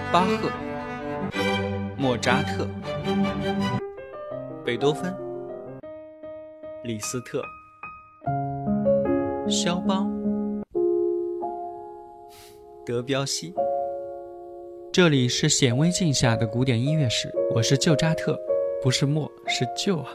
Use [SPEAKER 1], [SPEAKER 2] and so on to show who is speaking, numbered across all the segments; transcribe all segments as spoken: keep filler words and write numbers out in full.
[SPEAKER 1] 巴赫、莫扎特、贝多芬、李斯特、肖邦、德彪西。这里是显微镜下的古典音乐史，我是旧扎特，不是莫，是旧啊。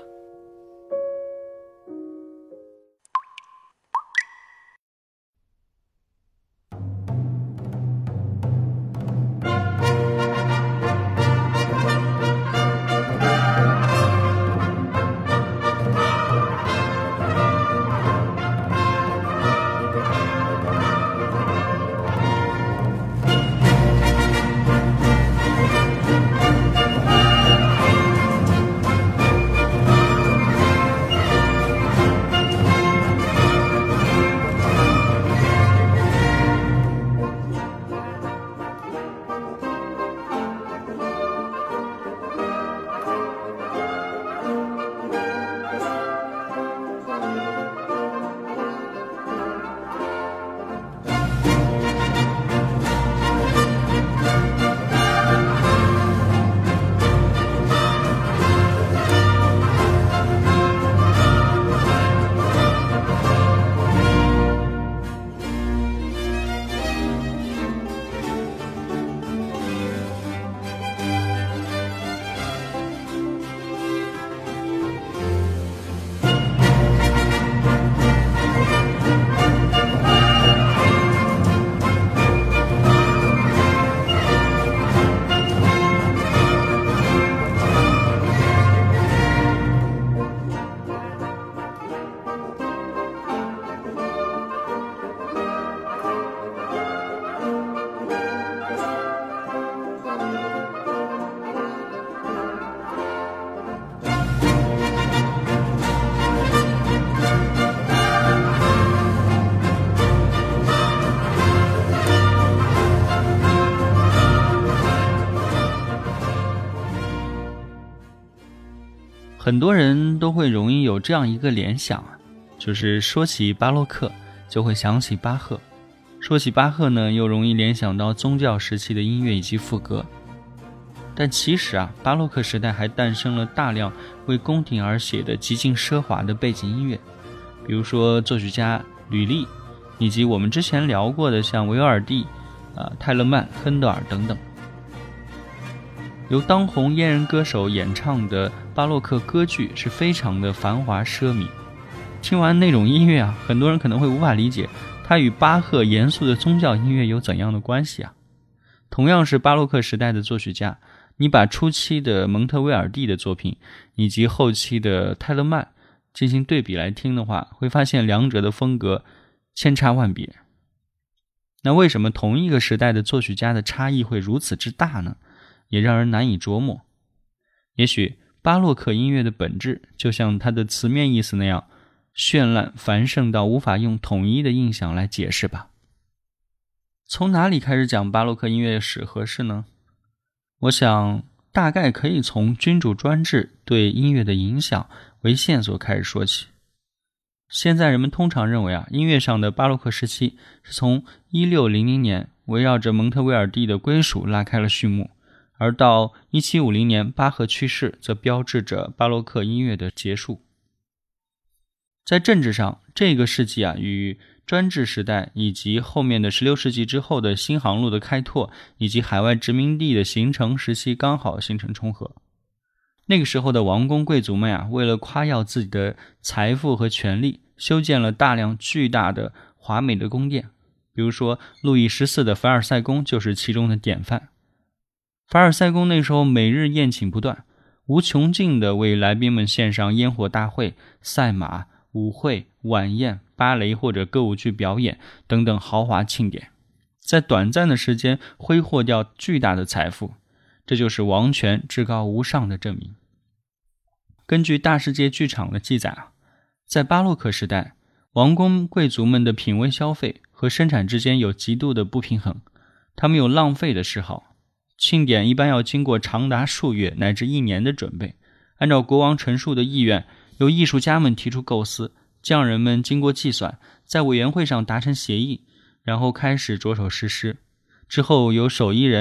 [SPEAKER 1] 很多人都会容易有这样一个联想啊，就是说起巴洛克就会想起巴赫，说起巴赫呢，又容易联想到宗教时期的音乐以及赋歌。但其实啊，巴洛克时代还诞生了大量为宫廷而写的极尽奢华的背景音乐，比如说作曲家吕利，以及我们之前聊过的像维瓦尔第、呃、泰勒曼、亨德尔等等。由当红阉人歌手演唱的巴洛克歌剧是非常的繁华奢靡。听完那种音乐啊，很多人可能会无法理解它与巴赫严肃的宗教音乐有怎样的关系啊。同样是巴洛克时代的作曲家，你把初期的蒙特威尔第的作品以及后期的泰勒曼进行对比来听的话，会发现两者的风格千差万别。那为什么同一个时代的作曲家的差异会如此之大呢？也让人难以琢磨。也许巴洛克音乐的本质就像它的词面意思那样绚烂繁盛到无法用统一的印象来解释吧。从哪里开始讲巴洛克音乐史合适呢？我想大概可以从君主专制对音乐的影响为线索开始说起。现在人们通常认为啊，音乐上的巴洛克时期是从一六零零年围绕着蒙特威尔第的归属拉开了序幕，而到一七五零年巴赫去世则标志着巴洛克音乐的结束。在政治上，这个世纪啊与专制时代以及后面的十六世纪之后的新航路的开拓以及海外殖民地的形成时期刚好形成冲合。那个时候的王公贵族们啊，为了夸耀自己的财富和权力，修建了大量巨大的华美的宫殿，比如说路易十四的凡尔赛宫就是其中的典范。凡尔赛宫那时候每日宴请不断，无穷尽的为来宾们献上烟火大会、赛马、舞会、晚宴、芭蕾或者歌舞剧表演等等豪华庆典，在短暂的时间挥霍掉巨大的财富，这就是王权至高无上的证明。根据大世界剧场的记载啊，在巴洛克时代，王公贵族们的品味消费和生产之间有极度的不平衡，他们有浪费的嗜好。庆典一般要经过长达数月乃至一年的准备，按照国王陈述的意愿，由艺术家们提出构思，匠人们经过计算，在委员会上达成协议，然后开始着手实施。之后由手艺人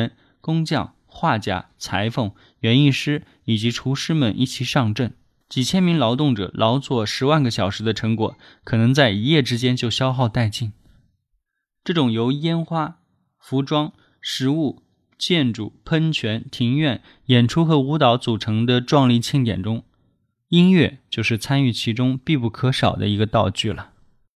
[SPEAKER 1] 工匠、画家、裁缝、园艺师以及厨师们一起上阵，几千名劳动者劳作十万个小时的成果，可能在一夜之间就消耗殆尽。这种由烟花、服装、食物、建筑、喷泉、庭院、演出和舞蹈组成的壮丽庆典中，音乐就是参与其中必不可少的一个道具了。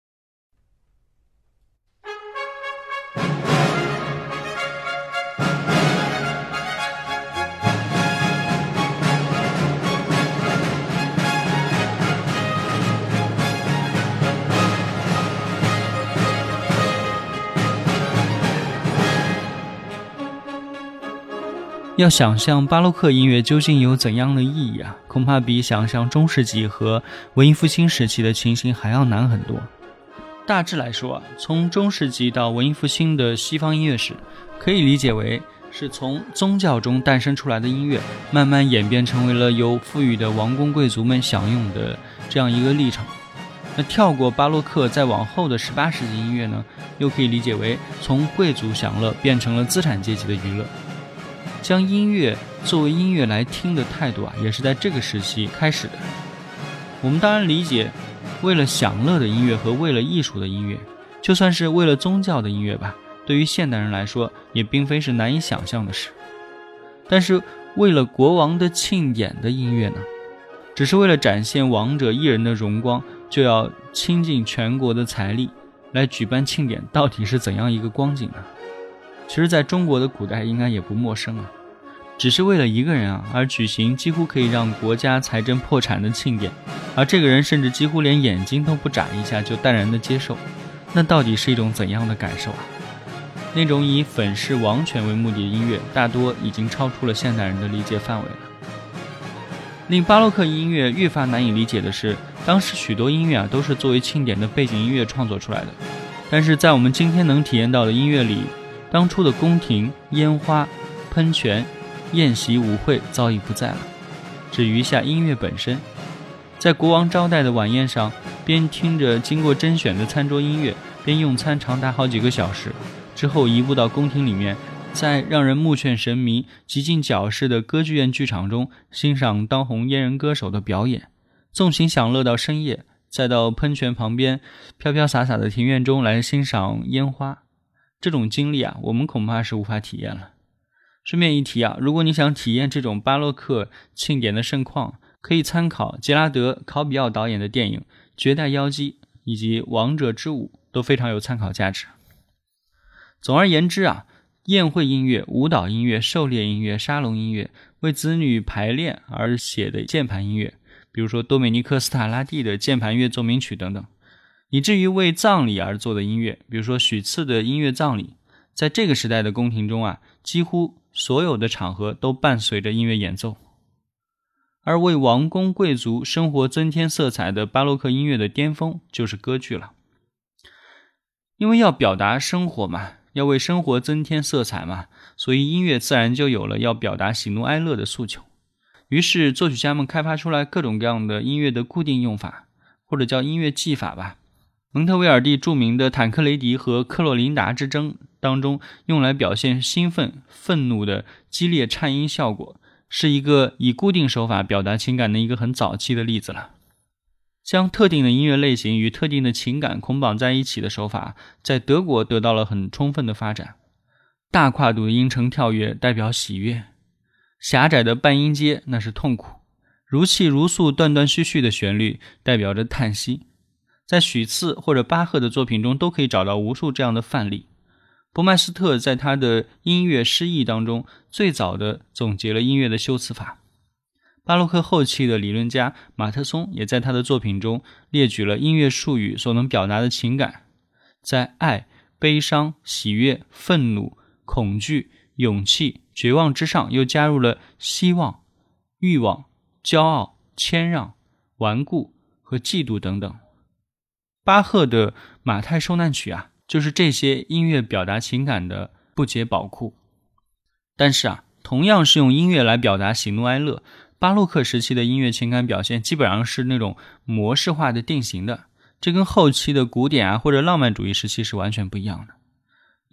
[SPEAKER 1] 要想象巴洛克音乐究竟有怎样的意义啊，恐怕比想象中世纪和文艺复兴时期的情形还要难很多。大致来说啊，从中世纪到文艺复兴的西方音乐史，可以理解为是从宗教中诞生出来的音乐，慢慢演变成为了由富裕的王公贵族们享用的这样一个历程。那跳过巴洛克再往后的十八世纪音乐呢，又可以理解为从贵族享乐变成了资产阶级的娱乐。将音乐作为音乐来听的态度啊，也是在这个时期开始的。我们当然理解，为了享乐的音乐和为了艺术的音乐，就算是为了宗教的音乐吧，对于现代人来说，也并非是难以想象的事。但是为了国王的庆典的音乐呢，只是为了展现王者一人的荣光，就要倾尽全国的财力来举办庆典，到底是怎样一个光景呢？其实在中国的古代应该也不陌生啊，只是为了一个人啊而举行几乎可以让国家财政破产的庆典，而这个人甚至几乎连眼睛都不眨一下就淡然的接受，那到底是一种怎样的感受啊？那种以粉饰王权为目的的音乐，大多已经超出了现代人的理解范围了。令巴洛克音乐愈发难以理解的是，当时许多音乐啊都是作为庆典的背景音乐创作出来的，但是在我们今天能体验到的音乐里，当初的宫廷、烟花、喷泉、宴席、舞会早已不在了，只余下音乐本身。在国王招待的晚宴上，边听着经过甄选的餐桌音乐，边用餐长达好几个小时，之后移步到宫廷里面，在让人目眩神迷、极尽矫饰的歌剧院剧场中欣赏当红阉人歌手的表演，纵情享乐到深夜，再到喷泉旁边飘飘洒洒的庭院中来欣赏烟花。这种经历啊，我们恐怕是无法体验了。顺便一提啊，如果你想体验这种巴洛克庆典的盛况，可以参考杰拉德·考比奥导演的电影《绝代妖姬》以及《王者之舞》，都非常有参考价值。总而言之啊，宴会音乐、舞蹈音乐、狩猎音乐、沙龙音乐，为子女排练而写的键盘音乐，比如说多美尼克·斯塔拉蒂的键盘乐奏鸣曲等等，以至于为葬礼而做的音乐，比如说许次的音乐葬礼，在这个时代的宫廷中啊，几乎所有的场合都伴随着音乐演奏。而为王公贵族生活增添色彩的巴洛克音乐的巅峰就是歌剧了。因为要表达生活嘛，要为生活增添色彩嘛，所以音乐自然就有了要表达喜怒哀乐的诉求。于是作曲家们开发出来各种各样的音乐的固定用法，或者叫音乐技法吧。蒙特维尔第著名的坦克雷迪和克洛琳达之争当中，用来表现兴奋、愤怒的激烈颤音效果，是一个以固定手法表达情感的一个很早期的例子了。将特定的音乐类型与特定的情感捆绑在一起的手法，在德国得到了很充分的发展。大跨度的音程跳跃代表喜悦，狭窄的半音阶那是痛苦，如泣如诉断断续续的旋律代表着叹息。在许次或者巴赫的作品中都可以找到无数这样的范例。博麦斯特在他的音乐诗意当中最早的总结了音乐的修辞法。巴洛克后期的理论家马特松也在他的作品中列举了音乐术语所能表达的情感，在爱、悲伤、喜悦、愤怒、恐惧、勇气、绝望之上又加入了希望、欲望、骄傲、谦让、顽固和嫉妒等等。巴赫的马太受难曲啊，就是这些音乐表达情感的不竭宝库。但是啊，同样是用音乐来表达喜怒哀乐，巴洛克时期的音乐情感表现基本上是那种模式化的定型的，这跟后期的古典啊或者浪漫主义时期是完全不一样的。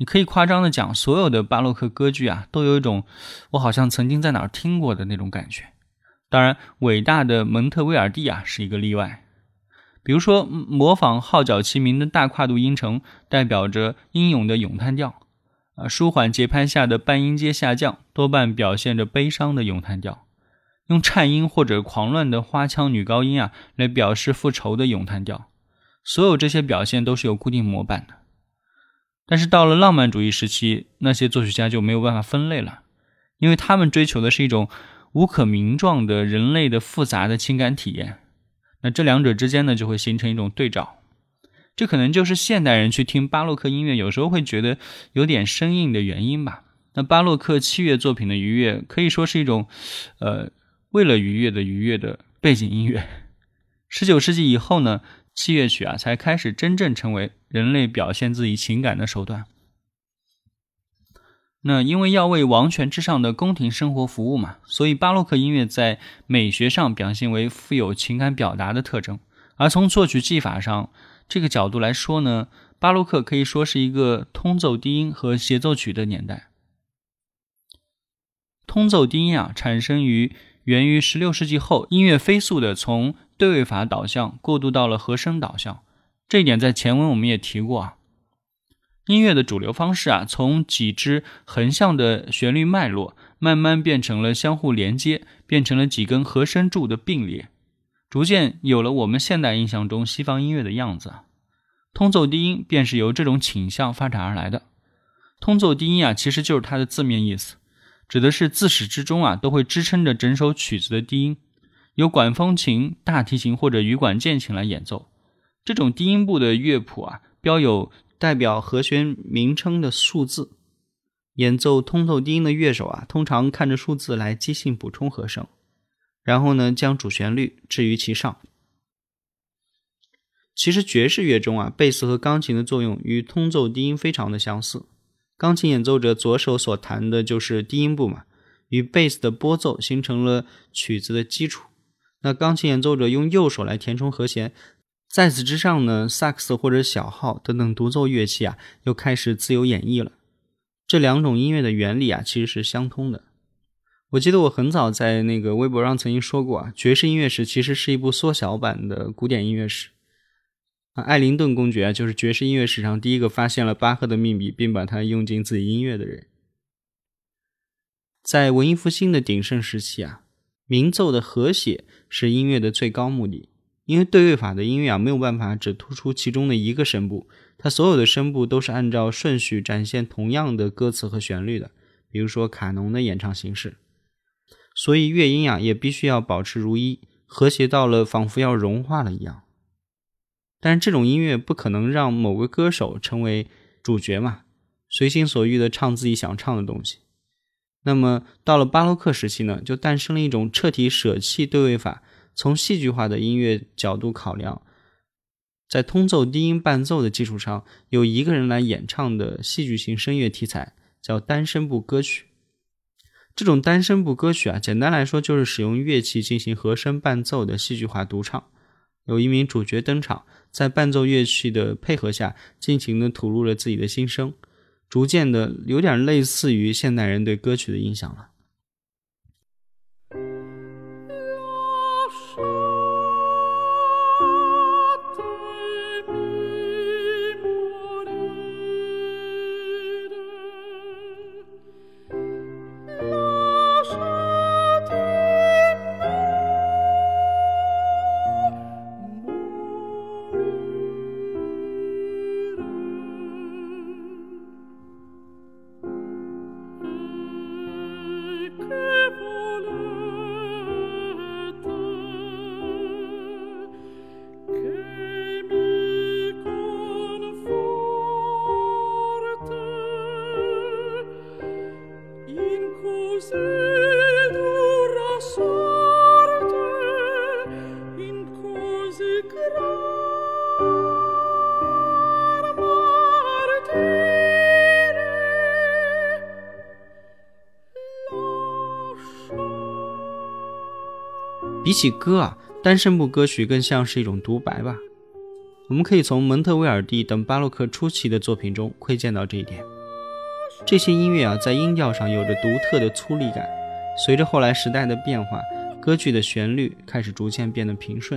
[SPEAKER 1] 你可以夸张的讲，所有的巴洛克歌剧啊，都有一种我好像曾经在哪儿听过的那种感觉。当然，伟大的蒙特威尔第啊是一个例外。比如说，模仿号角齐鸣的大跨度音程，代表着英勇的咏叹调；啊，舒缓节拍下的半音阶下降，多半表现着悲伤的咏叹调；用颤音或者狂乱的花腔女高音啊，来表示复仇的咏叹调。所有这些表现都是有固定模板的。但是到了浪漫主义时期，那些作曲家就没有办法分类了，因为他们追求的是一种无可名状的人类的复杂的情感体验。那这两者之间呢，就会形成一种对照。这可能就是现代人去听巴洛克音乐有时候会觉得有点生硬的原因吧。那巴洛克器乐作品的愉悦可以说是一种呃，为了愉悦的愉悦的背景音乐。十九世纪以后呢，器乐曲啊才开始真正成为人类表现自己情感的手段。那因为要为王权之上的宫廷生活服务嘛，所以巴洛克音乐在美学上表现为富有情感表达的特征。而从作曲技法上这个角度来说呢，巴洛克可以说是一个通奏低音和协奏曲的年代。通奏低音啊，产生于源于十六世纪后，音乐飞速的从对位法导向过渡到了和声导向。这一点在前文我们也提过啊。音乐的主流方式啊，从几支横向的旋律脉络，慢慢变成了相互连接，变成了几根和声柱的并列，逐渐有了我们现代印象中西方音乐的样子。通奏低音便是由这种倾向发展而来的。通奏低音啊，其实就是它的字面意思，指的是自始至终啊都会支撑着整首曲子的低音，由管风琴、大提琴或者羽管键琴来演奏。这种低音部的乐谱啊，标有代表和弦名称的数字。演奏通奏低音的乐手啊，通常看着数字来即兴补充和声，然后呢，将主旋律置于其上。其实爵士乐中啊，贝斯和钢琴的作用与通奏低音非常的相似。钢琴演奏者左手所弹的就是低音部嘛，与贝斯的拨奏形成了曲子的基础。那钢琴演奏者用右手来填充和弦，在此之上呢，萨克斯或者小号等等独奏乐器啊，又开始自由演绎了。这两种音乐的原理啊，其实是相通的。我记得我很早在那个微博上曾经说过啊，爵士音乐史其实是一部缩小版的古典音乐史。艾灵顿公爵啊，就是爵士音乐史上第一个发现了巴赫的秘密，并把它用进自己音乐的人。在文艺复兴的鼎盛时期啊，鸣奏的和谐是音乐的最高目的。因为对位法的音乐啊，没有办法只突出其中的一个声部，它所有的声部都是按照顺序展现同样的歌词和旋律的，比如说卡农的演唱形式。所以乐音啊，也必须要保持如一，和谐到了仿佛要融化了一样。但是这种音乐不可能让某个歌手成为主角嘛，随心所欲的唱自己想唱的东西。那么到了巴洛克时期呢，就诞生了一种彻底舍弃对位法，从戏剧化的音乐角度考量，在通奏低音伴奏的基础上，由一个人来演唱的戏剧性声乐题材，叫单声部歌曲。这种单声部歌曲啊，简单来说就是使用乐器进行和声伴奏的戏剧化独唱，有一名主角登场，在伴奏乐器的配合下，尽情地吐露了自己的心声，逐渐的有点类似于现代人对歌曲的印象了。比起歌啊，单声部歌曲更像是一种独白吧。我们可以从蒙特威尔第等巴洛克初期的作品中窥见到这一点。
[SPEAKER 2] 这些音乐啊，在音调上有着独特的粗粝感。随着后来时代的变化，歌剧的旋律开始逐渐变得平顺。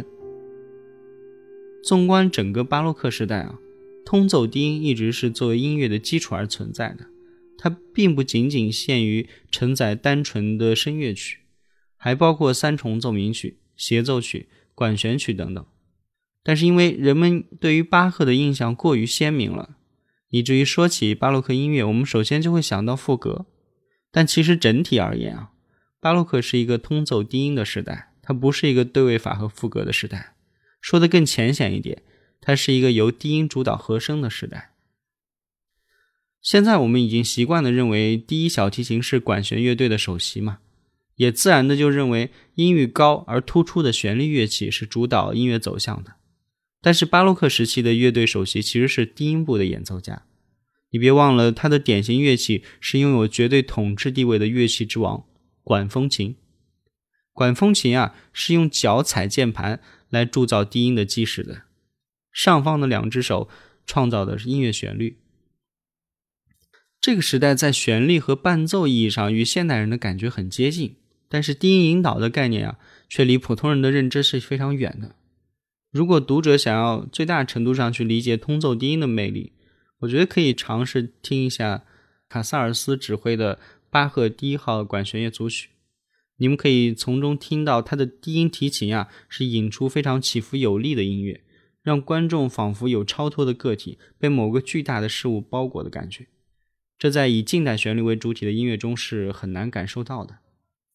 [SPEAKER 2] 纵观整个巴洛克时代啊，通奏低音一直是作为音乐的基础而存在的，它并不仅仅限于承载单纯的声乐曲，还包括三重奏鸣曲、协奏曲、管弦曲等等。但是因为人们对于巴赫的印象过于鲜明了，以至于说起巴洛克音乐，我们首先就会想到赋格。但其实整体而言啊，巴洛克是一个通奏低音的时代，它不是一个对位法和赋格的时代。说得更浅显一点，它是一个由低音主导和声的时代。现在我们已经习惯地认为第一小提琴是管弦乐队的首席嘛，也自然的就认为音域高而突出的旋律乐器是主导音乐走向的。但是巴洛克时期的乐队首席其实是低音部的演奏家，你别忘了他的典型乐器是拥有绝对统治地位的乐器之王——管风琴。管风琴啊，是用脚踩键盘来铸造低音的基石的，上方的两只手创造的是音乐旋律。这个时代在旋律和伴奏意义上与现代人的感觉很接近，但是低音引导的概念啊，却离普通人的认知是非常远的。如果读者想要最大程度上去理解通奏低音的魅力，我觉得可以尝试听一下卡萨尔斯指挥的巴赫第一号管弦乐组曲。你们可以从中听到他的低音提琴啊，是引出非常起伏有力的音乐，让观众仿佛有超脱的个体被某个巨大的事物包裹的感觉。这在以近代旋律为主体的音乐中是很难感受到的。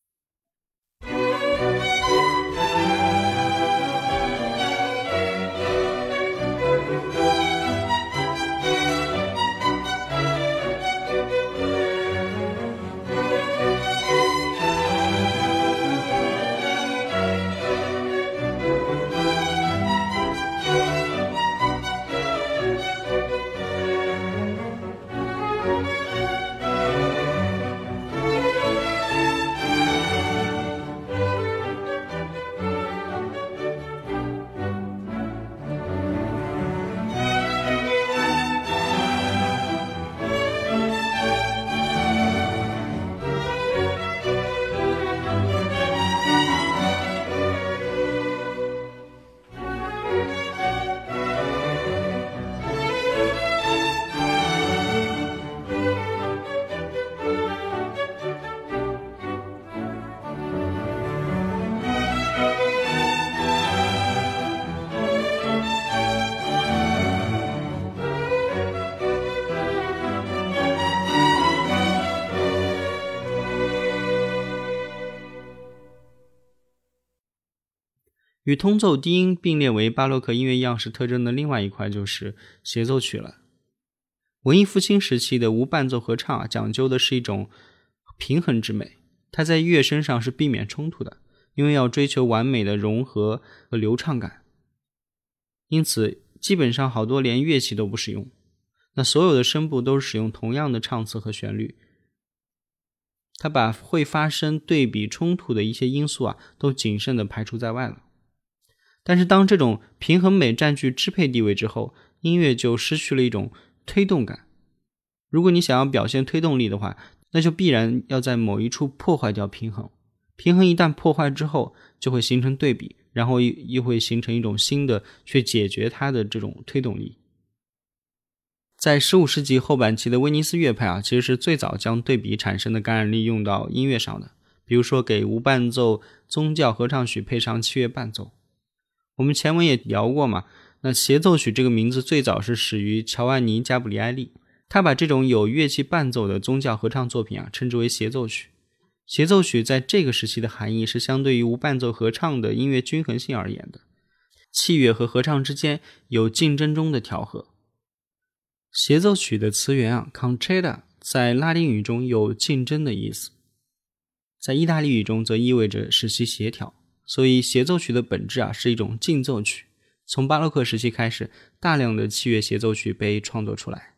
[SPEAKER 2] 与通奏低音并列为巴洛克音乐样式特征的另外一块就是协奏曲了。文艺复兴时期的无伴奏合唱啊，讲究的是一种平衡之美，它在乐声上是避免冲突的，因为要追求完美的融合和流畅感，因此基本上好多连乐器都不使用，那所有的声部都是使用同样的唱词和旋律。它把会发生对比冲突的一些因素啊，都谨慎地排除在外了。但是当这种平衡美占据支配地位之后，音乐就失去了一种推动感。如果你想要表现推动力的话，那就必然要在某一处破坏掉平衡。平衡一旦破坏之后，就会形成对比，然后又会形成一种新的去解决它的这种推动力。在十五世纪后半期的威尼斯乐派啊，其实是最早将对比产生的感染力用到音乐上的。比如说给无伴奏宗教合唱曲配上器乐伴奏。我们前文也聊过嘛，那协奏曲这个名字最早是始于乔安尼·加布里埃利，他把这种有乐器伴奏的宗教合唱作品啊称之为协奏曲。协奏曲在这个时期的含义是相对于无伴奏合唱的音乐均衡性而言的，器乐和合唱之间有竞争中的调和。协奏曲的词源啊 concerta 在拉丁语中有竞争的意思，在意大利语中则意味着使其协调，所以协奏曲的本质啊是一种竞奏曲。从巴洛克时期开始，大量的器乐协奏曲被创作出来。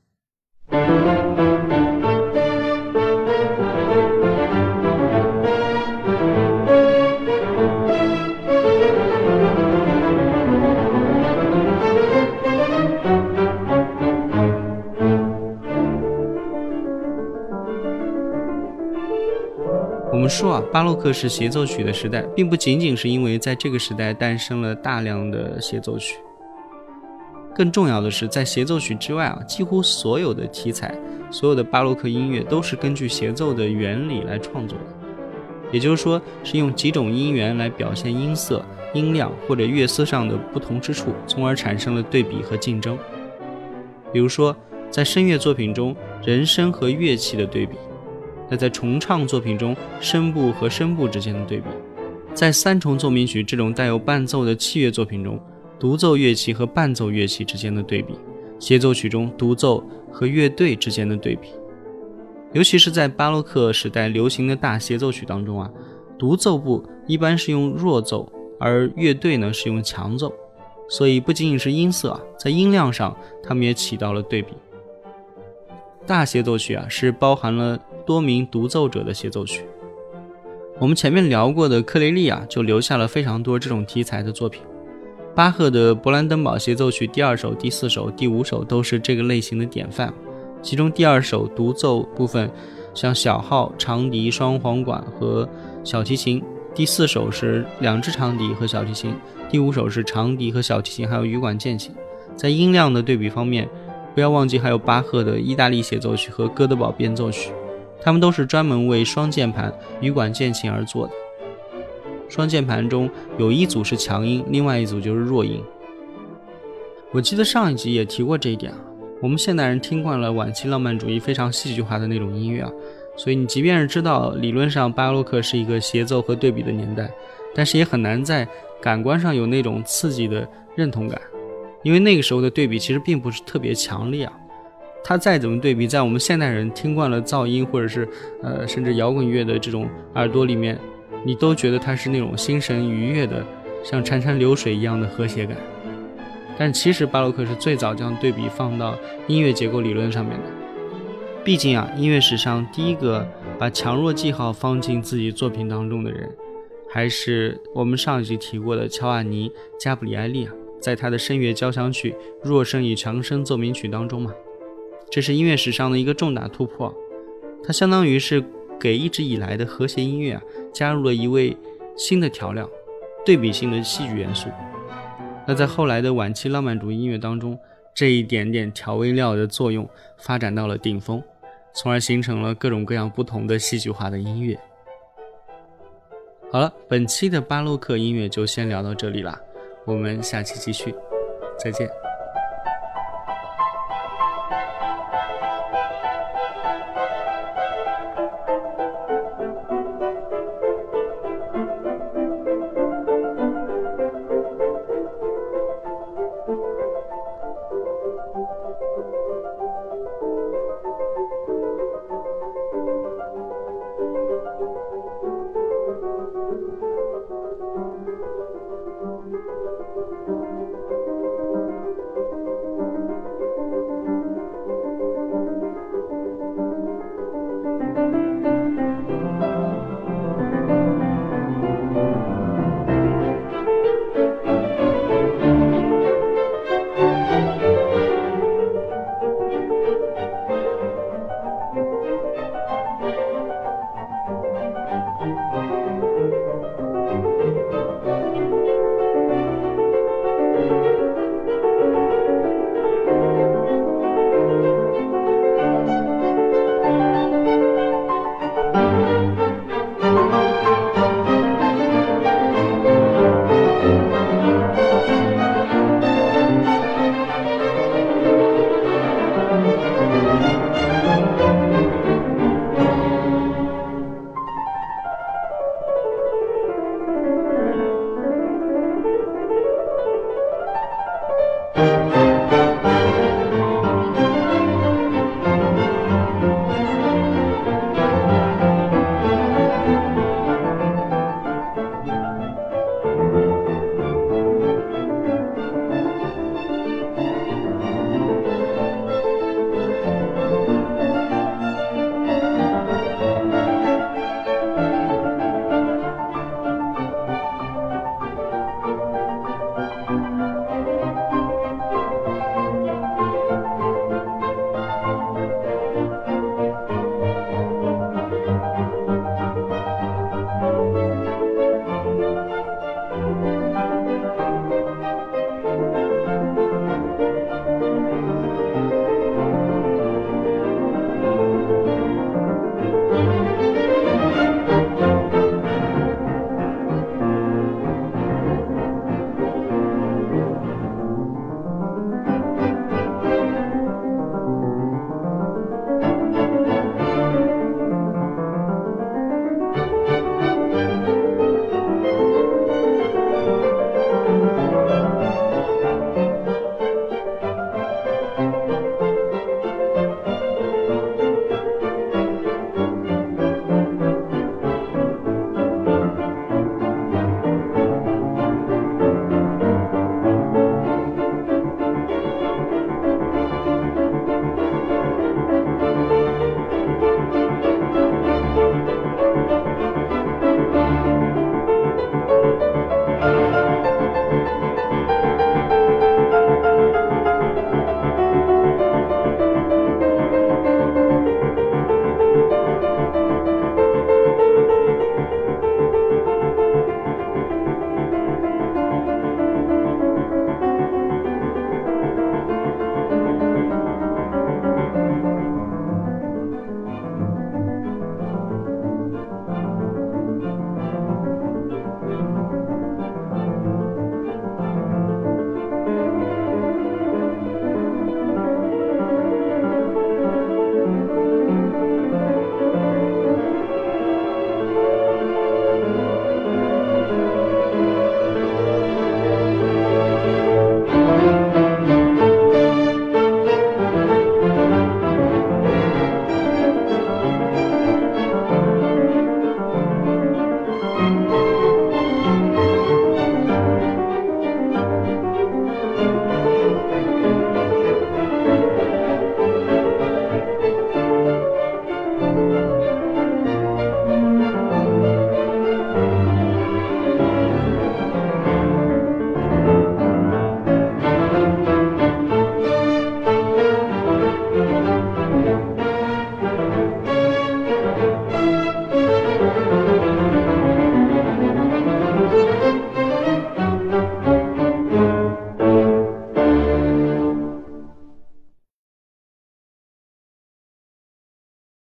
[SPEAKER 2] 我们说啊，巴洛克是协奏曲的时代，并不仅仅是因为在这个时代诞生了大量的协奏曲，更重要的是，在协奏曲之外啊，几乎所有的题材，所有的巴洛克音乐都是根据协奏的原理来创作的，也就是说，是用几种音源来表现音色、音量或者乐思上的不同之处，从而产生了对比和竞争。比如说，在声乐作品中，人声和乐器的对比；那在重唱作品中，声部和声部之间的对比；在三重奏鸣曲这种带有伴奏的器乐作品中，独奏乐器和伴奏乐器之间的对比；协奏曲中，独奏和乐队之间的对比。尤其是在巴洛克时代流行的大协奏曲当中啊，独奏部一般是用弱奏，而乐队呢是用强奏，所以不仅仅是音色啊，在音量上他们也起到了对比。大协奏曲啊是包含了多名独奏者的协奏曲。我们前面聊过的克雷利啊就留下了非常多这种题材的作品。巴赫的勃兰登堡协奏曲第二首、第四首、第五首都是这个类型的典范。其中第二首独奏部分像小号、长笛、双簧管和小提琴，第四首是两支长笛和小提琴，第五首是长笛和小提琴还有羽管键琴。在音量的对比方面，不要忘记还有巴赫的意大利协奏曲和哥德堡变奏曲，它们都是专门为双键盘、羽管键琴而做的。双键盘中有一组是强音，另外一组就是弱音。我记得上一集也提过这一点啊。我们现代人听惯了晚期浪漫主义非常戏剧化的那种音乐啊，所以你即便是知道理论上巴洛克是一个协奏和对比的年代，但是也很难在感官上有那种刺激的认同感，因为那个时候的对比其实并不是特别强烈啊。它再怎么对比，在我们现代人听惯了噪音或者是呃甚至摇滚乐的这种耳朵里面，你都觉得它是那种心神愉悦的，像潺潺流水一样的和谐感。但其实巴洛克是最早将对比放到音乐结构理论上面的。毕竟啊，音乐史上第一个把强弱记号放进自己作品当中的人，还是我们上一集提过的乔瓦尼·加布里埃利啊，在他的声乐交响曲《弱声与强声奏鸣曲》当中嘛。这是音乐史上的一个重大突破，它相当于是给一直以来的和谐音乐啊加入了一位新的调料，对比性的戏剧元素。那在后来的晚期浪漫主义音乐当中，这一点点调味料的作用发展到了顶峰，从而形成了各种各样不同的戏剧化的音乐。好了，本期的巴洛克音乐就先聊到这里啦，我们下期继续，再见。